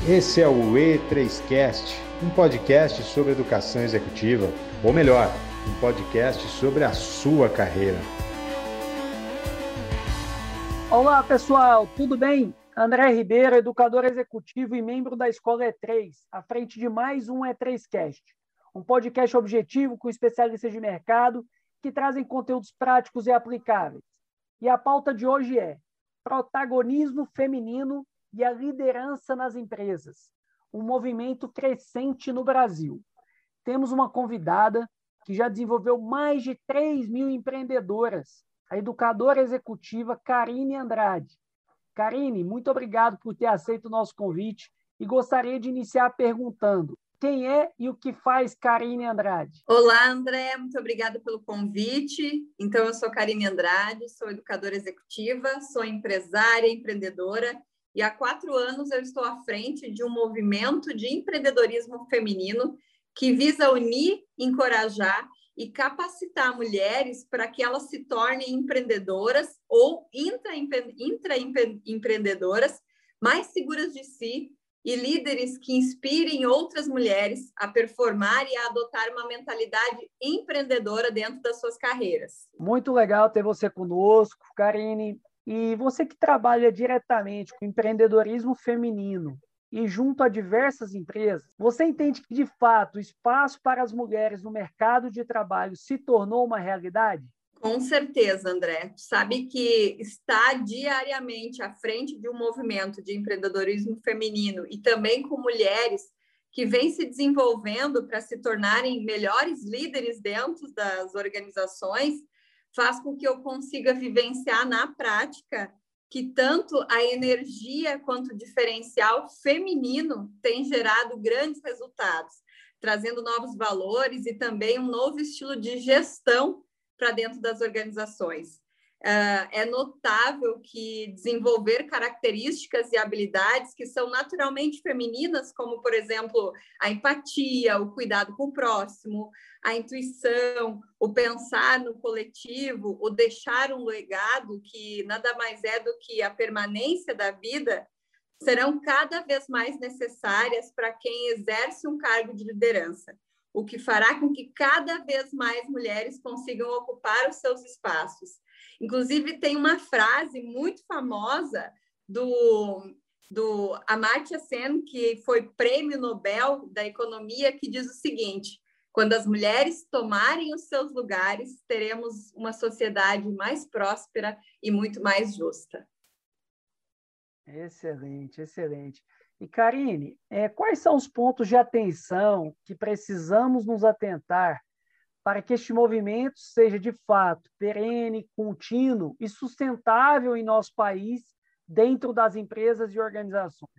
Esse é o E3Cast, um podcast sobre educação executiva, ou melhor, um podcast sobre a sua carreira. Olá, pessoal, tudo bem? André Ribeiro, educador executivo e membro da Escola E3, à frente de mais um E3Cast, um podcast objetivo com especialistas de mercado que trazem conteúdos práticos e aplicáveis. E a pauta de hoje é protagonismo feminino e a liderança nas empresas, um movimento crescente no Brasil. Temos uma convidada que já desenvolveu mais de 3.000 empreendedoras, a educadora executiva Karine Andrade. Karine, muito obrigado por ter aceito o nosso convite e gostaria de iniciar perguntando: quem é e o que faz Karine Andrade? Olá, André, muito obrigada pelo convite. Então, eu sou Karine Andrade, sou educadora executiva, sou empresária, empreendedora e há 4 anos eu estou à frente de um movimento de empreendedorismo feminino que visa unir, encorajar e capacitar mulheres para que elas se tornem empreendedoras ou intraempreendedoras mais seguras de si e líderes que inspirem outras mulheres a performar e a adotar uma mentalidade empreendedora dentro das suas carreiras. Muito legal ter você conosco, Karine. E você que trabalha diretamente com empreendedorismo feminino e junto a diversas empresas, você entende que, de fato, o espaço para as mulheres no mercado de trabalho se tornou uma realidade? Com certeza, André. Sabe que estar diariamente à frente de um movimento de empreendedorismo feminino e também com mulheres que vêm se desenvolvendo para se tornarem melhores líderes dentro das organizações faz com que eu consiga vivenciar na prática que tanto a energia quanto o diferencial feminino tem gerado grandes resultados, trazendo novos valores e também um novo estilo de gestão para dentro das organizações. É notável que desenvolver características e habilidades que são naturalmente femininas, como, por exemplo, a empatia, o cuidado com o próximo, a intuição, o pensar no coletivo, o deixar um legado, que nada mais é do que a permanência da vida, serão cada vez mais necessárias para quem exerce um cargo de liderança, o que fará com que cada vez mais mulheres consigam ocupar os seus espaços. Inclusive, tem uma frase muito famosa do Amartya Sen, que foi prêmio Nobel da Economia, que diz o seguinte: quando as mulheres tomarem os seus lugares, teremos uma sociedade mais próspera e muito mais justa. Excelente, excelente. E, Karine, quais são os pontos de atenção que precisamos nos atentar para que este movimento seja, de fato, perene, contínuo e sustentável em nosso país, dentro das empresas e organizações?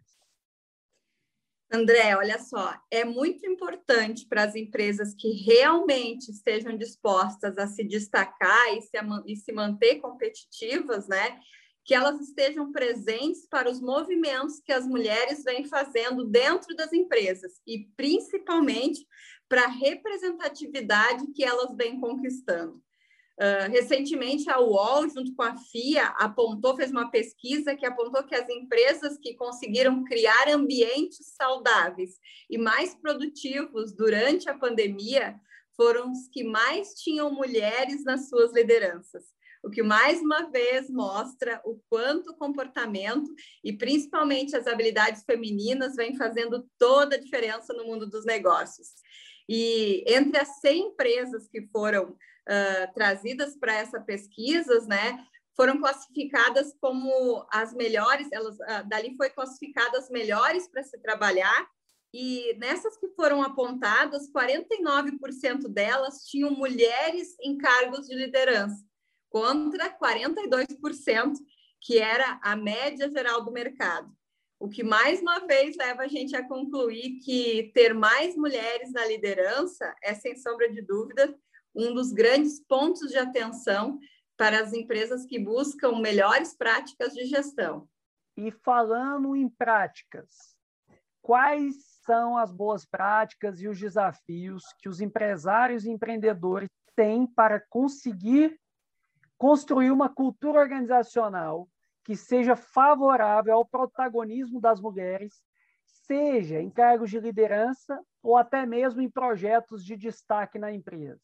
André, olha só, é muito importante para as empresas que realmente estejam dispostas a se destacar e se manter competitivas, né? Que elas estejam presentes para os movimentos que as mulheres vêm fazendo dentro das empresas e, principalmente, para a representatividade que elas vêm conquistando. Recentemente, a UOL, junto com a FIA, fez uma pesquisa que apontou que as empresas que conseguiram criar ambientes saudáveis e mais produtivos durante a pandemia foram os que mais tinham mulheres nas suas lideranças. O que, mais uma vez, mostra o quanto o comportamento e, principalmente, as habilidades femininas vêm fazendo toda a diferença no mundo dos negócios. E entre as 100 empresas que foram trazidas para essa pesquisa, né, foram classificadas como as melhores, dali foi classificadas as melhores para se trabalhar, e nessas que foram apontadas, 49% delas tinham mulheres em cargos de liderança, contra 42%, que era a média geral do mercado. O que, mais uma vez, leva a gente a concluir que ter mais mulheres na liderança é, sem sombra de dúvida, um dos grandes pontos de atenção para as empresas que buscam melhores práticas de gestão. E falando em práticas, quais são as boas práticas e os desafios que os empresários e empreendedores têm para conseguir construir uma cultura organizacional que seja favorável ao protagonismo das mulheres, seja em cargos de liderança ou até mesmo em projetos de destaque na empresa?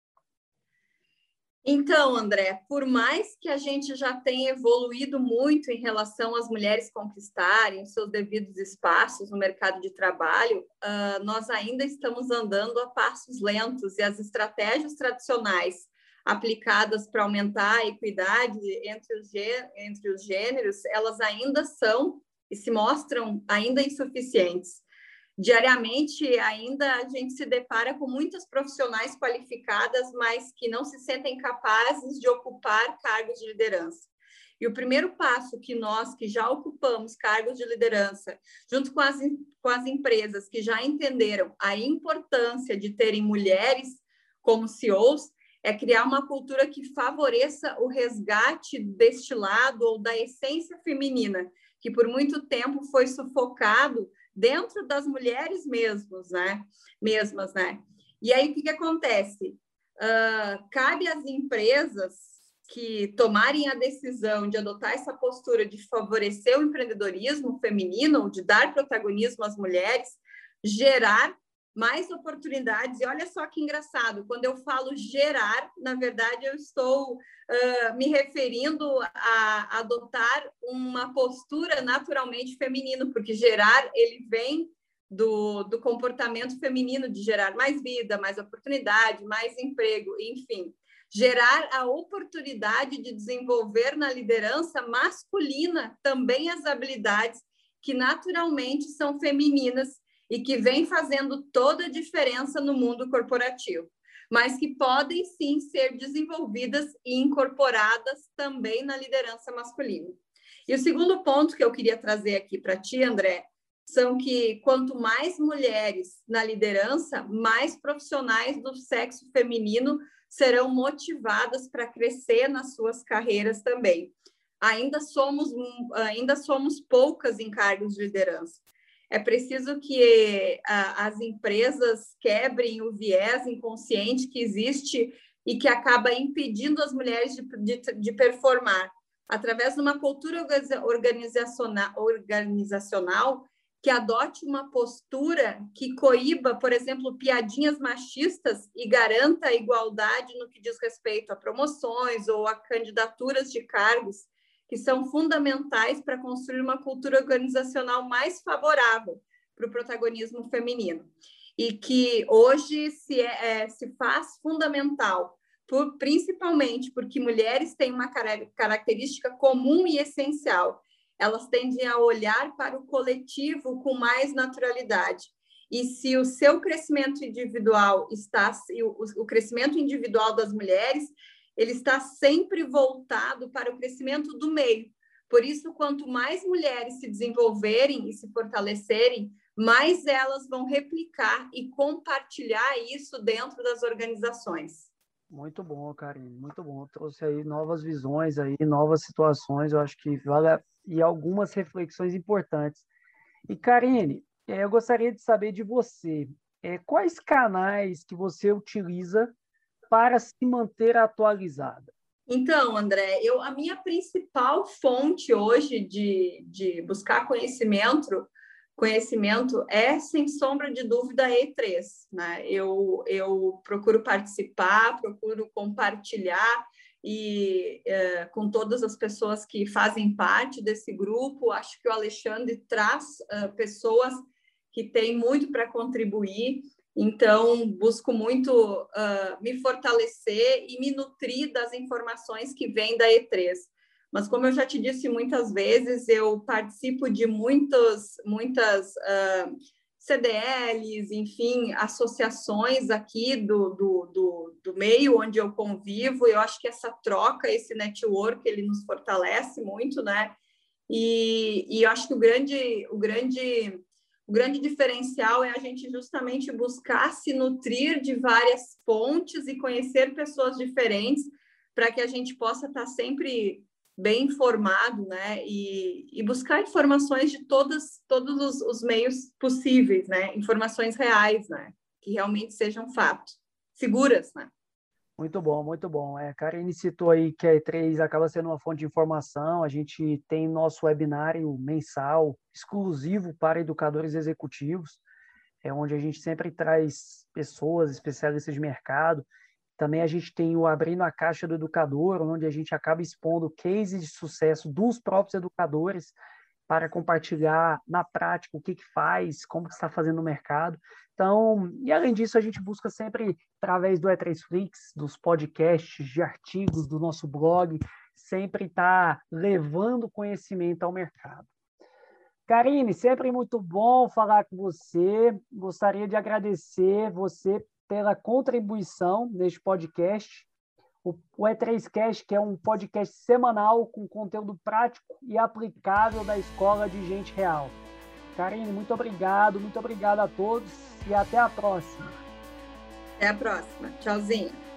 Então, André, por mais que a gente já tenha evoluído muito em relação às mulheres conquistarem os seus devidos espaços no mercado de trabalho, nós ainda estamos andando a passos lentos e as estratégias tradicionais aplicadas para aumentar a equidade entre os gêneros, elas ainda são e se mostram ainda insuficientes. Diariamente, ainda a gente se depara com muitas profissionais qualificadas, mas que não se sentem capazes de ocupar cargos de liderança. E o primeiro passo que nós, que já ocupamos cargos de liderança, junto com as empresas que já entenderam a importância de terem mulheres como CEOs, é criar uma cultura que favoreça o resgate deste lado ou da essência feminina, que por muito tempo foi sufocado dentro das mulheres mesmas, né? E aí, o que acontece? Cabe às empresas que tomarem a decisão de adotar essa postura de favorecer o empreendedorismo feminino, de dar protagonismo às mulheres, gerar mais oportunidades. E olha só que engraçado, quando eu falo gerar, na verdade, eu estou me referindo a adotar uma postura naturalmente feminino, porque gerar, ele vem do comportamento feminino, de gerar mais vida, mais oportunidade, mais emprego, enfim. Gerar a oportunidade de desenvolver na liderança masculina também as habilidades que naturalmente são femininas e que vem fazendo toda a diferença no mundo corporativo, mas que podem sim ser desenvolvidas e incorporadas também na liderança masculina. E o segundo ponto que eu queria trazer aqui para ti, André, são que quanto mais mulheres na liderança, mais profissionais do sexo feminino serão motivadas para crescer nas suas carreiras também. Ainda somos poucas em cargos de liderança. É preciso que as empresas quebrem o viés inconsciente que existe e que acaba impedindo as mulheres de performar, através de uma cultura organizacional que adote uma postura que coíba, por exemplo, piadinhas machistas e garanta a igualdade no que diz respeito a promoções ou a candidaturas de cargos, que são fundamentais para construir uma cultura organizacional mais favorável para o protagonismo feminino. E que hoje se faz fundamental, principalmente porque mulheres têm uma característica comum e essencial. Elas tendem a olhar para o coletivo com mais naturalidade. E se o seu crescimento individual o crescimento individual das mulheres, ele está sempre voltado para o crescimento do meio. Por isso, quanto mais mulheres se desenvolverem e se fortalecerem, mais elas vão replicar e compartilhar isso dentro das organizações. Muito bom, Karine, muito bom. Trouxe aí novas visões, aí, novas situações, eu acho que e algumas reflexões importantes. E, Karine, eu gostaria de saber de você, quais canais que você utiliza para se manter atualizada? Então, André, a minha principal fonte hoje de buscar conhecimento é, sem sombra de dúvida, a E3, né? Eu procuro participar, procuro compartilhar com todas as pessoas que fazem parte desse grupo. Acho que o Alexandre traz pessoas que têm muito para contribuir. Então, busco muito me fortalecer e me nutrir das informações que vêm da E3. Mas, como eu já te disse muitas vezes, eu participo de muitas CDLs, enfim, associações aqui do meio onde eu convivo. Eu acho que essa troca, esse network, ele nos fortalece muito, né? E eu acho que o grande diferencial é a gente justamente buscar se nutrir de várias fontes e conhecer pessoas diferentes para que a gente possa estar sempre bem informado, né? E buscar informações de todos os meios possíveis, né? Informações reais, né? Que realmente sejam fatos, seguras, né? Muito bom, muito bom. A Karine citou aí que a E3 acaba sendo uma fonte de informação. A gente tem nosso webinário mensal exclusivo para educadores executivos, onde a gente sempre traz pessoas, especialistas de mercado. Também a gente tem o Abrindo a Caixa do Educador, onde a gente acaba expondo cases de sucesso dos próprios educadores para compartilhar na prática o que faz, como que está fazendo no mercado. Então, e além disso, a gente busca sempre, através do E3Flix, dos podcasts, de artigos, do nosso blog, sempre estar levando conhecimento ao mercado. Karine, sempre muito bom falar com você. Gostaria de agradecer você pela contribuição neste podcast. O E3Cast, que é um podcast semanal com conteúdo prático e aplicável da Escola de Gente Real. Karine, muito obrigado a todos e até a próxima. Até a próxima. Tchauzinho.